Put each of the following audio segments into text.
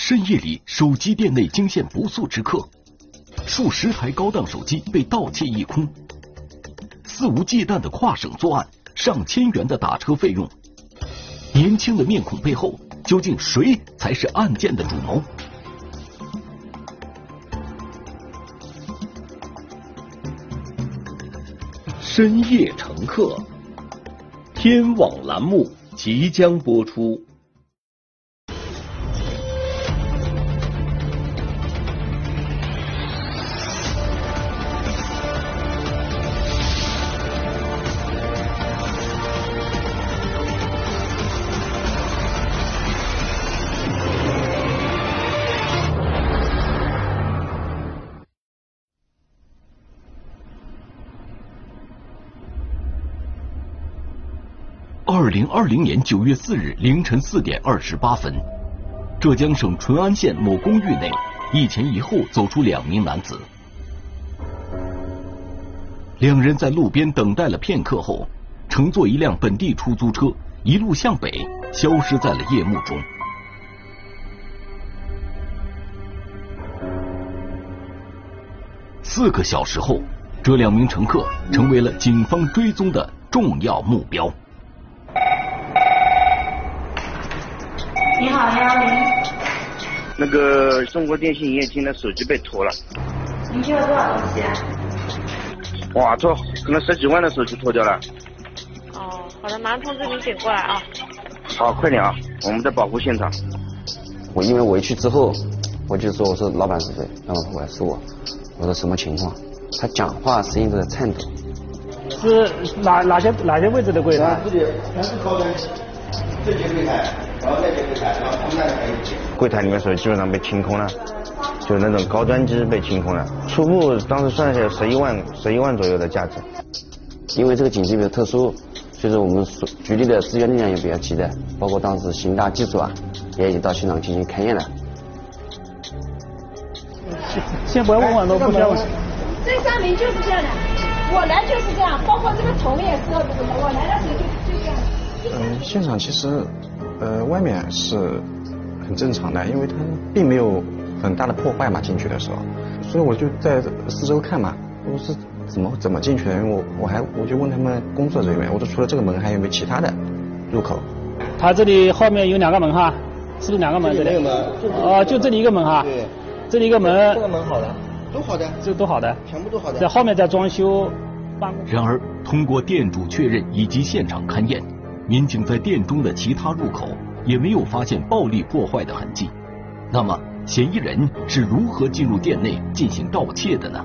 深夜里，手机店内惊现不速之客，数十台高档手机被盗窃一空，肆无忌惮的跨省作案，上千元的打车费用，年轻的面孔背后，究竟谁才是案件的主谋？深夜乘客，天网栏目即将播出。2020年9月4日凌晨4点28分，浙江省淳安县某公寓内，一前一后走出2名男子。两人在路边等待了片刻后，乘坐一辆本地出租车，一路向北，消失在了夜幕中。4个小时后，这2名乘客成为了警方追踪的重要目标。 你好，110。 那个中国电信营业厅的手机被偷了。 你借了多少东西啊？ 哇，可能10几万的手机偷掉了。 哦，好的，马上通知民警过来啊。 好，快点啊，我们在保护现场。 因为我一去之后，我就说老板是谁，然后后来是我说什么情况？他讲话声音都在颤抖。 是哪些位置的柜台？ 这里全是高端，这些柜台。然后那些柜台，然后他们那里还有一些柜台里面手机基本上被清空了，就那种高端机被清空了。初步当时算下来11万左右的价值。 因为这个警局比较特殊，所以说我们局里的资源力量也比较急的，包括当时刑大技术也已经到现场进行勘验了。 先不要问很多，不需要问。 这上面就是这样的，我来就是这样，包括这个桶也是，我来的时候就这样。 现场其实。外面是很正常的，因为它并没有很大的破坏嘛，进去的时候，所以我就在四周看嘛，我是怎么进去的？因为我就问他们工作人员，我说除了这个门还有没有其他的入口？ 它这里后面有2个门哈，是不是2个门？ 这里门。 哦，就这里一个门哈。 对。 这里一个门。 这个门好的，都好的。 这都好的。 全部都好的。 在后面在装修办公。 然而，通过店主确认以及现场勘验，民警在店中的其他入口也没有发现暴力破坏的痕迹。那么，嫌疑人是如何进入店内进行盗窃的呢？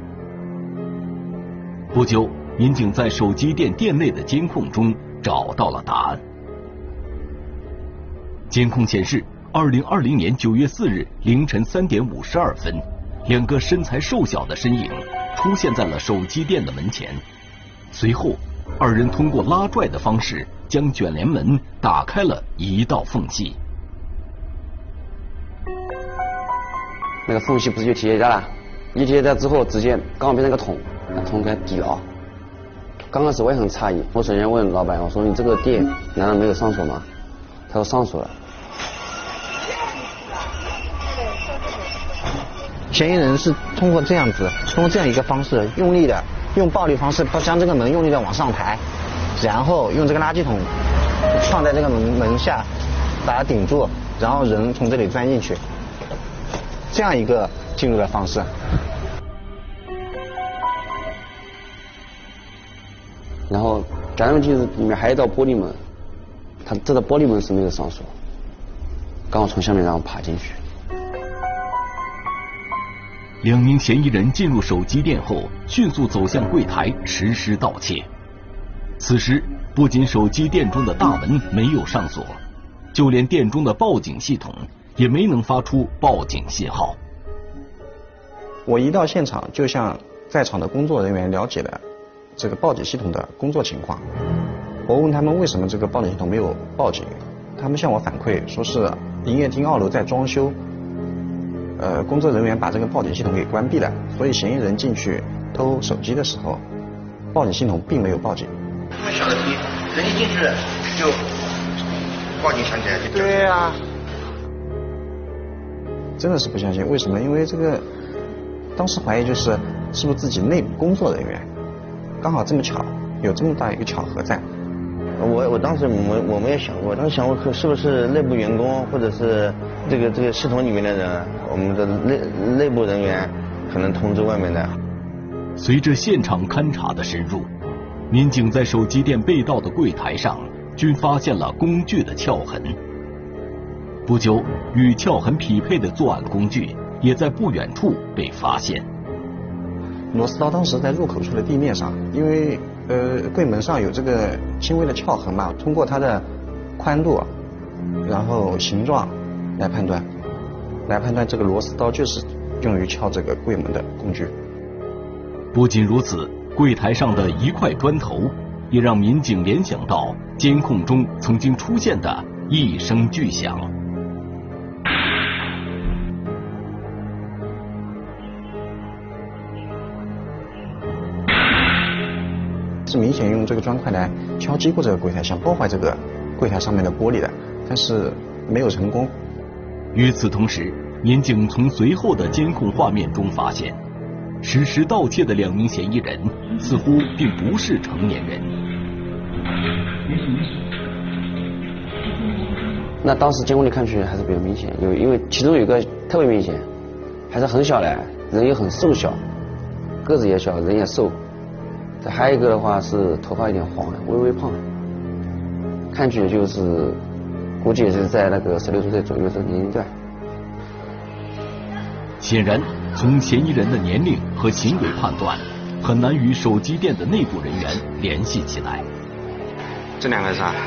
不久，民警在手机店店内的监控中找到了答案。监控显示，2020年9月4日凌晨3点52分，2个身材瘦小的身影出现在了手机店的门前。随后，2人通过拉拽的方式将卷帘门打开了一道缝隙。 那个缝隙不是有铁架了？一铁架之后，直接刚好变成个桶，把桶给抵了。刚开始我也很诧异，我首先问老板，我说你这个店难道没有上锁吗？他说上锁了。 嫌疑人是通过这样一个方式，用力的用暴力方式将这个门用力的往上抬，然后用这个垃圾桶放在这个门下，把它顶住，然后人从这里钻进去，这样一个进入的方式。 然后感应器里面还有一道玻璃门，它这道玻璃门是没有上锁，刚好从下面然后爬进去。 2名嫌疑人进入手机店后，迅速走向柜台实施盗窃。此时，不仅手机店中的大门没有上锁，就连店中的报警系统也没能发出报警信号。 我一到现场，就向在场的工作人员了解了这个报警系统的工作情况。我问他们为什么这个报警系统没有报警，他们向我反馈说是营业厅2楼在装修。工作人员把这个报警系统给关闭了，所以嫌疑人进去偷手机的时候，报警系统并没有报警。 这么小的声音，人一进去就报警响起来就。 对呀。 真的是不相信。为什么？因为这个当时怀疑就是是不是自己内部工作人员，刚好这么巧，有这么大一个巧合在。 我当时我没有想过，当时想过是不是内部员工或者是这个系统里面的人，我们的内部人员可能通知外面的。 随着现场勘查的深入，民警在手机店被盗的柜台上均发现了工具的撬痕。不久，与撬痕匹配的作案工具也在不远处被发现。 螺丝刀当时在入口处的地面上，因为柜门上有这个轻微的撬痕嘛，通过它的宽度，然后形状来判断这个螺丝刀就是用于撬这个柜门的工具。 不仅如此，柜台上的一块砖头也让民警联想到监控中曾经出现的一声巨响。 是明显用这个砖块来敲击过这个柜台，想破坏这个柜台上面的玻璃的，但是没有成功。 与此同时，民警从随后的监控画面中发现，实施盗窃的2名嫌疑人似乎并不是成年人。 那当时监控里看去还是比较明显，因为其中有一个特别明显，还是很小的，人也很瘦小，个子也小，人也瘦。还有一个的话是头发有点黄，微微胖，看去就是估计也是在那个16岁左右的年龄段。 显然，从嫌疑人的年龄和行为判断，很难与手机店的内部人员联系起来。 这2个是吧？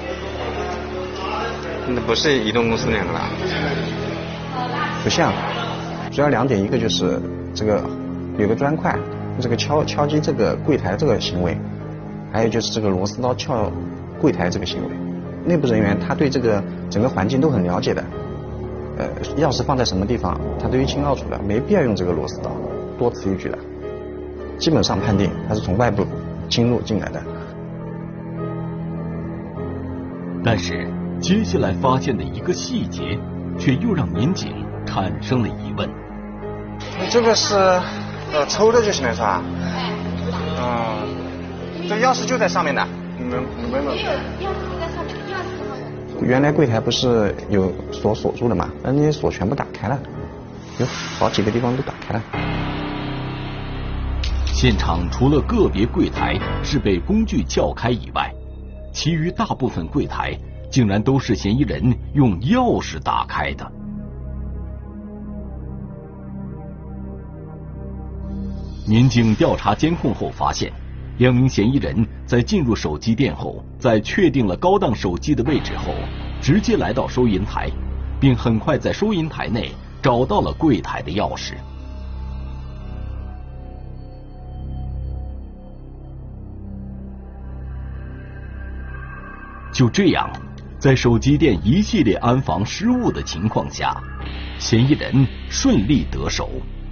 那不是移动公司2个吧？ 不像，主要2点，一个就是这个有个砖块。这个敲击这个柜台这个行为，还有就是这个螺丝刀撬柜台这个行为，内部人员他对这个整个环境都很了解的，钥匙放在什么地方他都一清二楚的，没必要用这个螺丝刀，多此一举的。基本上判定他是从外部侵入进来的。 但是接下来发现的一个细节，却又让民警产生了疑问。 你这个是抽的就行了是吧？这钥匙就在上面的，你们钥匙就在上面，钥匙。 原来柜台不是有锁住的嘛？那些锁全部打开了，有好几个地方都打开了。 现场除了个别柜台是被工具撬开以外，其余大部分柜台竟然都是嫌疑人用钥匙打开的。民警调查监控后发现，2名嫌疑人在进入手机店后，在确定了高档手机的位置后，直接来到收银台，并很快在收银台内找到了柜台的钥匙。就这样，在手机店一系列安防失误的情况下，嫌疑人顺利得手。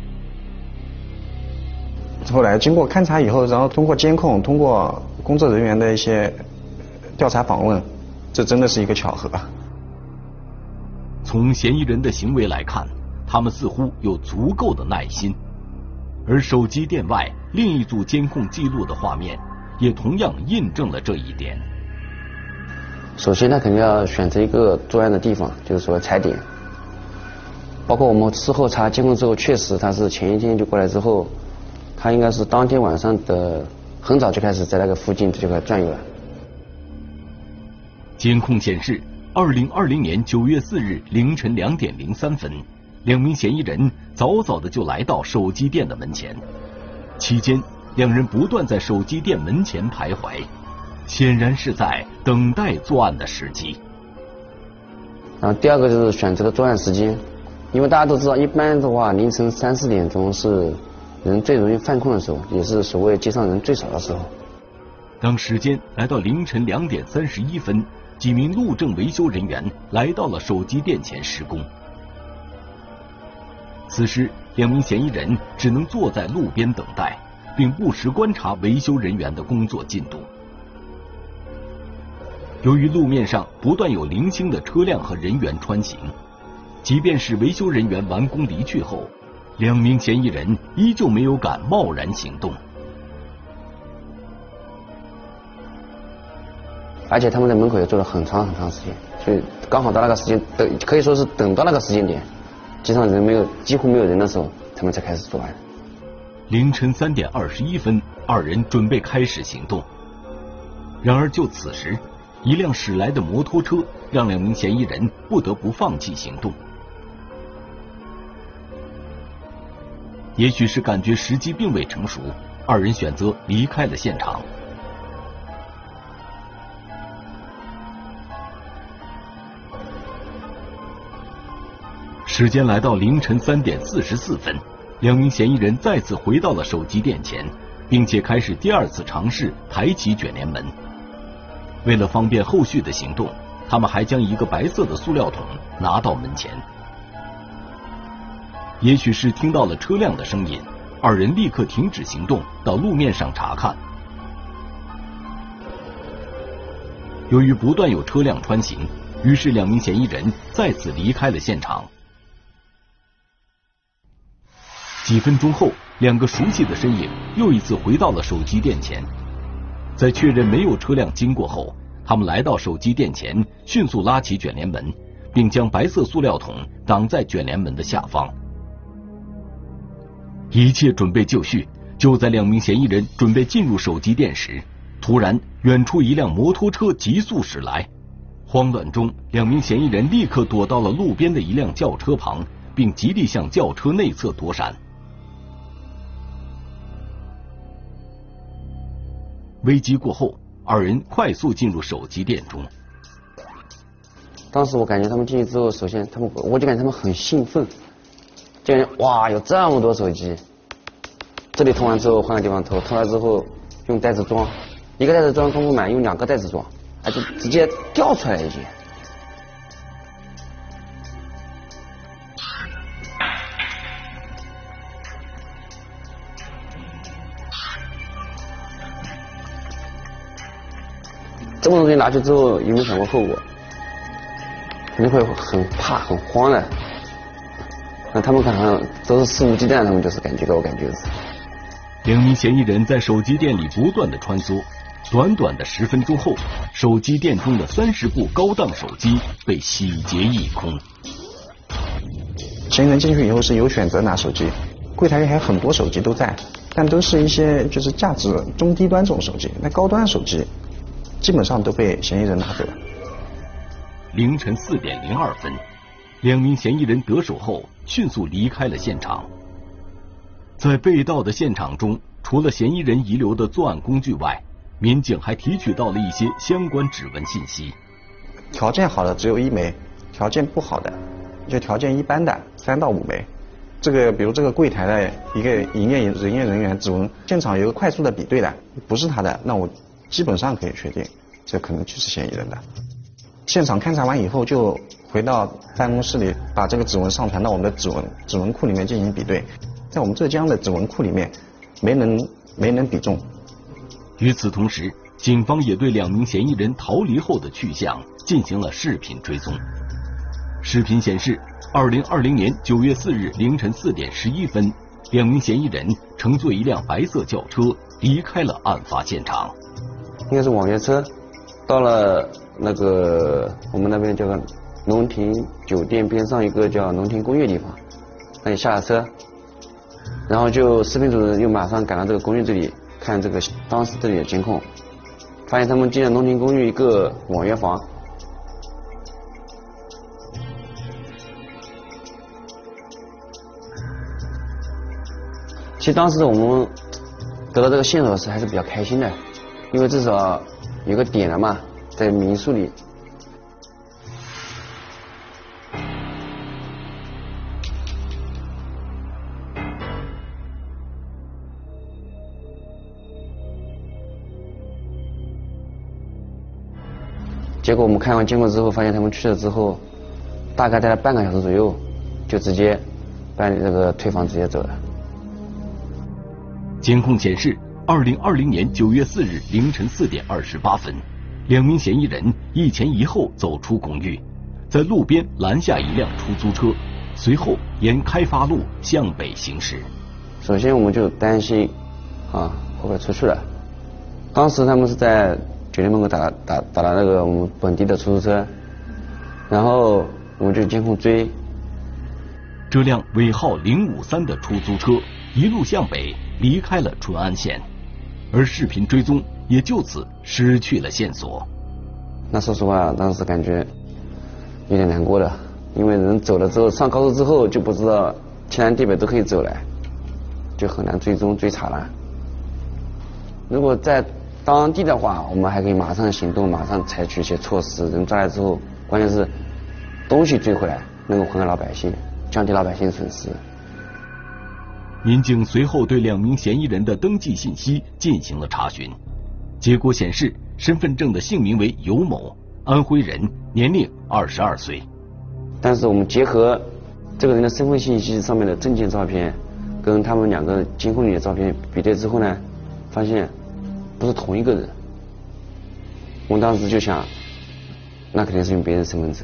后来经过勘查以后，然后通过监控，通过工作人员的一些调查访问，这真的是一个巧合。 从嫌疑人的行为来看，他们似乎有足够的耐心，而手机店外另一组监控记录的画面，也同样印证了这一点。 首先，他肯定要选择一个作案的地方，就是说踩点。包括我们事后查监控之后，确实他是前一天就过来之后。他应该是当天晚上的很早就开始在那个附近就开始转悠了。 监控显示，2020年9月4日凌晨2点03分，2名嫌疑人早早的就来到手机店的门前。期间，2人不断在手机店门前徘徊，显然是在等待作案的时机。 然后第二个就是选择了作案时间，因为大家都知道，一般的话凌晨3、4点钟是人最容易犯困的时候，也是所谓街上人最少的时候。 当时间来到凌晨2点31分，几名路政维修人员来到了手机店前施工。此时，2名嫌疑人只能坐在路边等待，并不时观察维修人员的工作进度。由于路面上不断有零星的车辆和人员穿行， 即便是维修人员完工离去后，2名嫌疑人依旧没有敢贸然行动。 而且他们在门口也坐了很长时间，所以刚好到那个时间，可以说是等到那个时间点，机上几乎没有人的时候，他们才开始作案。 凌晨3点21分，2人准备开始行动。然而就此时，一辆驶来的摩托车让2名嫌疑人不得不放弃行动。也许是感觉时机并未成熟，2人选择离开了现场。时间来到凌晨3点44分，2名嫌疑人再次回到了手机店前，并且开始第2次尝试抬起卷帘门。为了方便后续的行动，他们还将一个白色的塑料桶拿到门前。也许是听到了车辆的声音，2人立刻停止行动，到路面上查看。由于不断有车辆穿行，于是2名嫌疑人再次离开了现场。几分钟后，2个熟悉的身影又一次回到了手机店前。在确认没有车辆经过后，他们来到手机店前，迅速拉起卷帘门，并将白色塑料桶挡在卷帘门的下方。一切准备就绪，就在2名嫌疑人准备进入手机店时，突然远处一辆摩托车急速驶来。慌乱中，2名嫌疑人立刻躲到了路边的一辆轿车旁，并极力向轿车内侧躲闪。危机过后，2人快速进入手机店中。 当时我感觉他们进去之后，首先我就感觉他们很兴奋，就感觉哇有这么多手机，这里偷完之后换个地方偷，偷完之后用袋子装，一个袋子装装不满，用2个袋子装，就直接掉出来一些。这么多东西拿去之后，有没有想过后果？肯定会很怕、很慌的。那他们可能都是肆无忌惮，他们就是感觉给我感觉是。 2名嫌疑人在手机店里不断的穿梭，短短的10分钟后，手机店中的30部高档手机被洗劫一空。 嫌疑人进去以后是有选择拿手机，柜台里还有很多手机都在，但都是一些就是价值中低端这种手机，那高端手机基本上都被嫌疑人拿走了。 凌晨4点02分，2名嫌疑人得手后迅速离开了现场。在被盗的现场中，除了嫌疑人遗留的作案工具外，民警还提取到了一些相关指纹信息。 条件好的只有1枚，条件不好的就条件一般的3到5枚。这个比如这个柜台的一个营业人员指纹，现场有个快速的比对的，不是他的，那我基本上可以确定这可能就是嫌疑人的。现场勘查完以后，就回到办公室里，把这个指纹上传到我们的指纹库里面进行比对。在我们浙江的指纹库里面没能比中。 与此同时，警方也对2名嫌疑人逃离后的去向进行了视频追踪。视频显示，2020年9月4日凌晨4点11分，2名嫌疑人乘坐一辆白色轿车离开了案发现场。 应该是网约车，到了那个我们那边叫个龙庭酒店边上一个叫龙庭公寓地方，那里下了车，然后就视频组人又马上赶到这个公寓这里看这个当时这里的监控，发现他们进了龙庭公寓一个网约房。其实当时我们得到这个线索时还是比较开心的，因为至少有个点了嘛，在民宿里。结果我们看完监控之后，发现他们去了之后，大概待了半个小时左右，就直接办理这个退房，直接走了。 监控显示，2020年9月4日凌晨4点28分，2名嫌疑人一前一后走出公寓， 在路边拦下一辆出租车，随后沿开发路向北行驶。 首先我们就担心会不会出去了。当时他们是在酒店门口打了那个我们本地的出租车，然后我们就监控追。 这辆尾号053的出租车一路向北离开了淳安县，而视频追踪也就此失去了线索。 那说实话，当时感觉有点难过的，因为人走了之后，上高速之后就不知道天南地北都可以走了，就很难追踪追查了。如果在当地的话，我们还可以马上行动，马上采取一些措施。人抓来之后，关键是东西追回来，能够还给老百姓，降低老百姓损失。 民警随后对2名嫌疑人的登记信息进行了查询，结果显示身份证的姓名为尤某，安徽人，年龄22岁。 但是我们结合这个人的身份信息上面的证件照片，跟他们2个监控里的照片比对之后呢，发现不是同一个人。我们当时就想，那肯定是用别人身份证。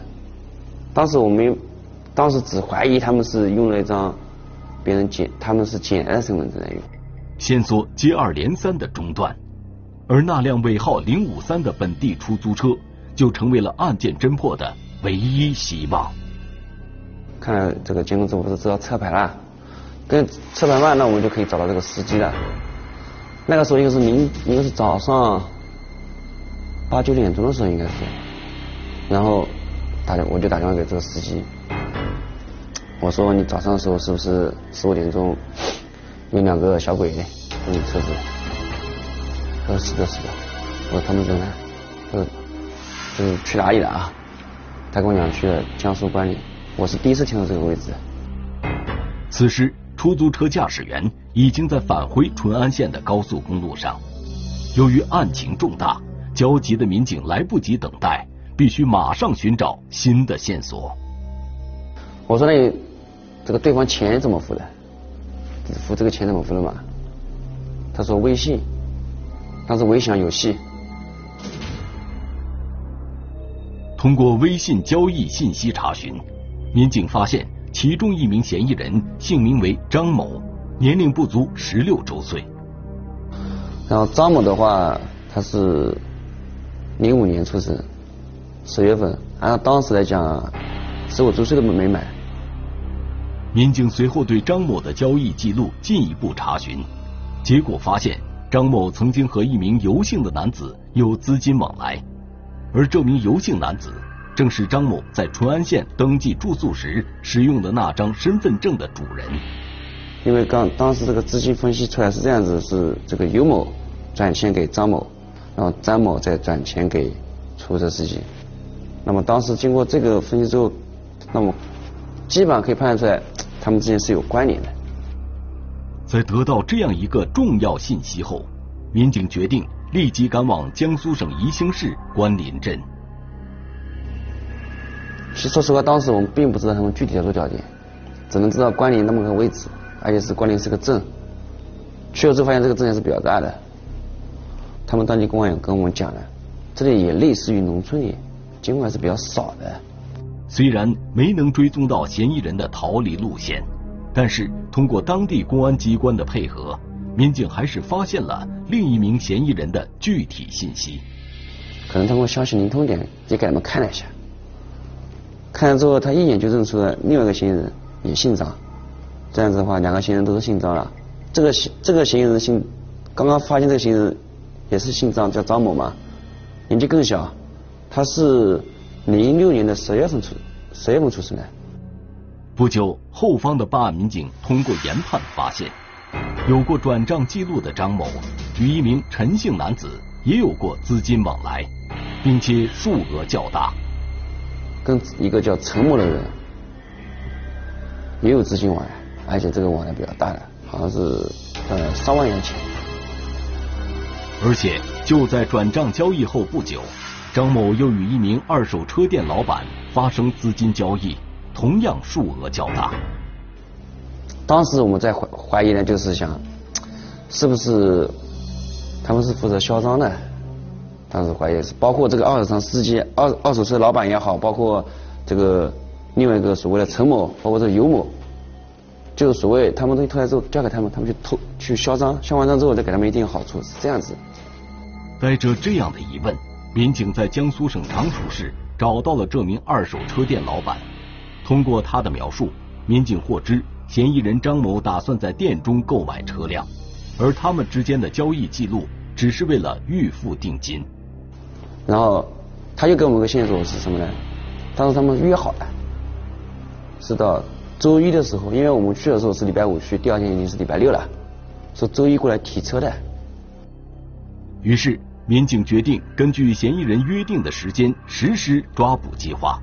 当时只怀疑他们是用了一张别人他们是捡来的身份证来用。 线索接二连三的中断，而那辆尾号053的本地出租车就成为了案件侦破的唯一希望。 看来这个监控之后不是知道车牌了，跟车牌嘛，那我们就可以找到这个司机了。那个时候应该是早上8、9点钟的时候应该是，然后我就打电话给这个司机，我说你早上的时候是不是15点钟有2个小鬼用你车子？他说是的。我说他们人呢？就是去哪里了啊？他跟我讲去了江苏关里。我是第一次听到这个位置。 此时出租车驾驶员已经在返回淳安县的高速公路上，由于案情重大，焦急的民警来不及等待，必须马上寻找新的线索。 我说那这个对方钱怎么付的？付这个钱怎么付的嘛？他说微信，当时我一想有戏。 通过微信交易信息查询，民警发现其中一名嫌疑人姓名为张某，年龄不足16周岁。 然后张某的话，他是05年出生，10月份，按照当时来讲，15周岁都没满。 民警随后对张某的交易记录进一步查询，结果发现张某曾经和一名尤姓的男子有资金往来，而这名尤姓男子正是张某在淳安县登记住宿时使用的那张身份证的主人。 因为当时这个资金分析出来是这样子，是这个尤某转钱给张某，然后张某再转钱给出租车司机。那么当时经过这个分析之后，那么基本上可以判断出来他们之间是有关联的。 在得到这样一个重要信息后，民警决定立即赶往江苏省宜兴市关林镇。 其实说实话，当时我们并不知道他们具体的落脚点，只能知道关林那么个位置，而且是关林是个镇。去了之后发现这个镇还是比较大的，他们当地公安也跟我们讲了，这里也类似于农村里，监控还是比较少的。 虽然没能追踪到嫌疑人的逃离路线，但是通过当地公安机关的配合，民警还是发现了另一名嫌疑人的具体信息。 可能通过消息灵通点，也给他们看了一下，看了之后他一眼就认出了另外一个嫌疑人也姓张，这样子的话2个嫌疑人都是姓张了。这个嫌疑人刚刚发现这个嫌疑人也是姓张，叫张某嘛，年纪更小，他是06年的10月份出生的。 不久，后方的办案民警通过研判发现，有过转账记录的张某与一名陈姓男子也有过资金往来，并且数额较大。 跟一个叫陈某的人也有资金往来，而且这个往来比较大的，好像是3万元钱。 而且就在转账交易后不久，张某又与一名二手车店老板发生资金交易，同样数额较大。 当时我们在怀疑呢，就是想是不是他们是负责销赃的，当时怀疑是包括这个二手车司机、二手车老板也好，包括这个另外一个所谓的陈某，包括这个尤某，就是所谓他们东西偷来之后交给他们去销赃，销完赃之后再给他们一定好处，是这样子。 带着这样的疑问，民警在江苏省常熟市找到了这名二手车店老板。通过他的描述，民警获知嫌疑人张某打算在店中购买车辆，而他们之间的交易记录只是为了预付定金。 然后他就给我们个线索是什么呢？当时他们约好了，是到周一的时候，因为我们去的时候是礼拜5去，第二天已经是礼拜6了，说周一过来提车的。 于是民警决定根据嫌疑人约定的时间实施抓捕计划。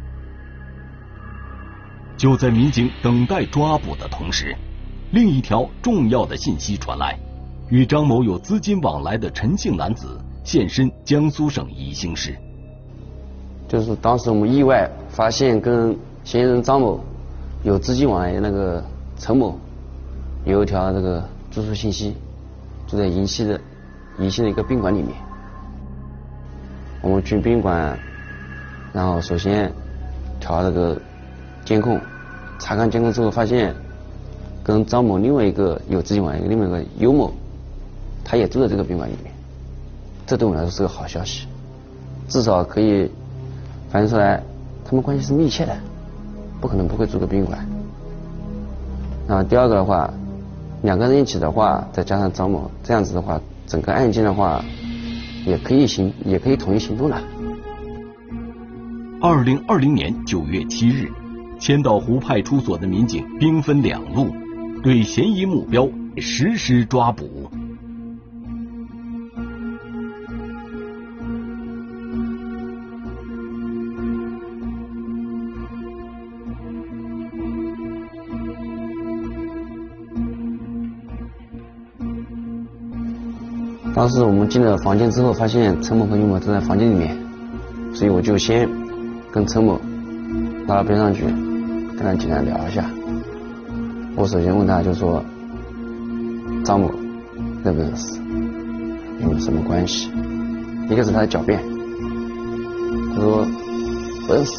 就在民警等待抓捕的同时，另一条重要的信息传来，与张某有资金往来的陈姓男子现身江苏省宜兴市。 就是当时我们意外发现跟嫌疑人张某有资金往来的那个陈某有一条这个住宿信息，住在宜兴的一个宾馆里面。我们去宾馆，然后首先调这个监控，查看监控之后发现跟张某另外一个有资金往来的另外一个尤某，他也住在这个宾馆里面。这对我们来说是个好消息，至少可以反映出来他们关系是密切的，不可能不会住个宾馆。然后第二个的话，2个人一起的话，再加上张某，这样子的话，整个案件的话也可以统一行动了。 2020年9月7日，千岛湖派出所的民警兵分2路，对嫌疑目标实施抓捕。 当时我们进了房间之后，发现陈某和尤某都在房间里面，所以我就先跟陈某拉到边上去，跟他简单聊一下。我首先问他，就说张某认不认识，有没有什么关系？一个是他的狡辩，他说不认识。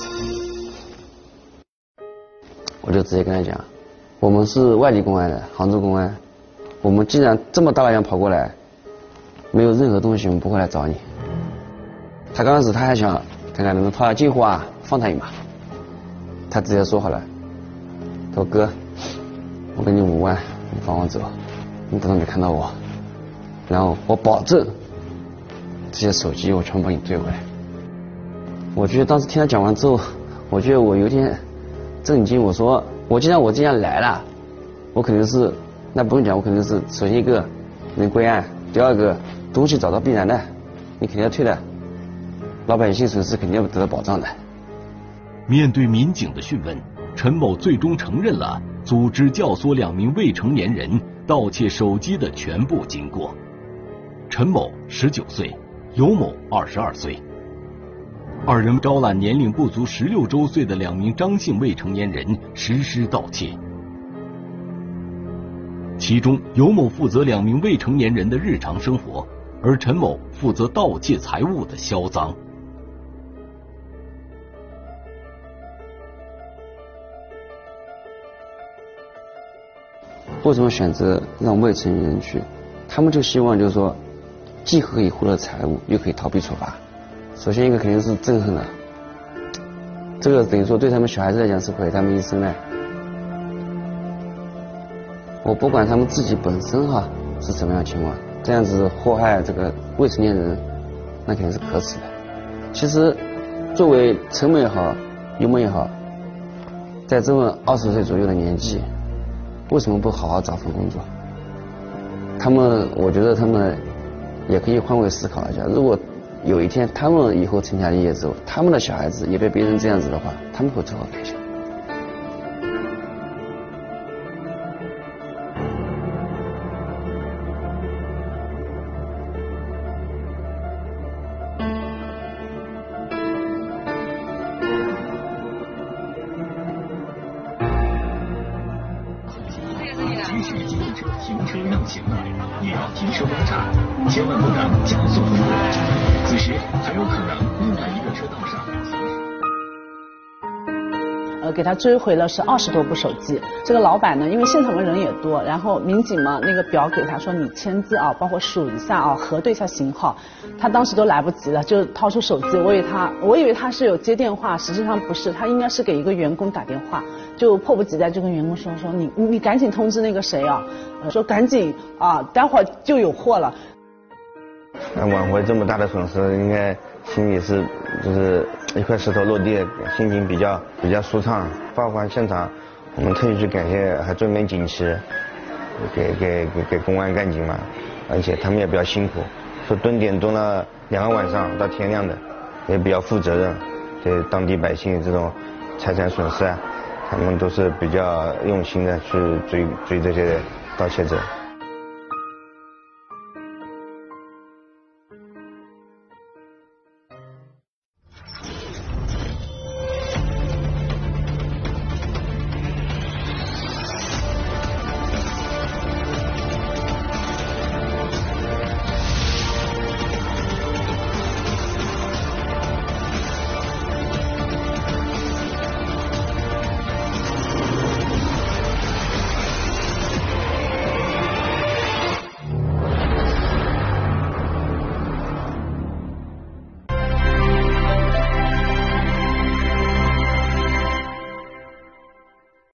我就直接跟他讲，我们是外地公安的，杭州公安，我们既然这么大老远跑过来，没有任何东西，我们不会来找你。他刚开始他还想看看能不能套下近乎啊，放他一马。他直接说好了，他说哥，我给你5万，你放我走，你等到没看到我，然后我保证这些手机我全部帮你追回来。我觉得当时听他讲完之后，我觉得我有点震惊。我说我既然来了，我肯定是，那不用讲，我肯定是首先一个能归案，第二个东西找到必然的，你肯定要退的，老百姓损失肯定要得到保障的。 面对民警的讯问，陈某最终承认了组织教唆2名未成年人盗窃手机的全部经过。陈某19岁，尤某22岁，2人招揽年龄不足16周岁的2名张姓未成年人实施盗窃。其中尤某负责2名未成年人的日常生活，而陈某负责盗窃财物的销赃。 为什么选择让未成年人去？他们就希望就是说，既可以获得财物，又可以逃避处罚。首先一个肯定是憎恨了，这个等于说对他们小孩子来讲是毁他们一生的。我不管他们自己本身是怎么样情况，这样子祸害这个未成年人，那肯定是可耻的。其实作为陈某也好，尤某也好，在这么20岁左右的年纪，为什么不好好找份工作？我觉得他们也可以换位思考一下，如果有一天他们以后成家立业之后，他们的小孩子也被别人这样子的话，他们会作何感想？ 继续禁止停车让行的，也要停车观察，千万不能加速通过。此时还有可能误在一个车道上行驶。 给他追回了是20多部手机。这个老板呢，因为现场的人也多，然后民警嘛那个表给他说你签字啊，帮我数一下啊，核对一下型号。他当时都来不及了，就掏出手机，我以为他是有接电话，实际上不是，他应该是给一个员工打电话，就迫不及待就跟员工说你赶紧通知那个谁啊，说赶紧啊，待会儿就有货了。 挽回这么大的损失，应该心里是就是一块石头落地，心情比较舒畅。报案现场，我们特意去感谢还专门警旗，给公安干警嘛，而且他们也比较辛苦，说蹲点蹲了2个晚上到天亮的，也比较负责任，对当地百姓这种财产损失啊，他们都是比较用心的去追这些盗窃者。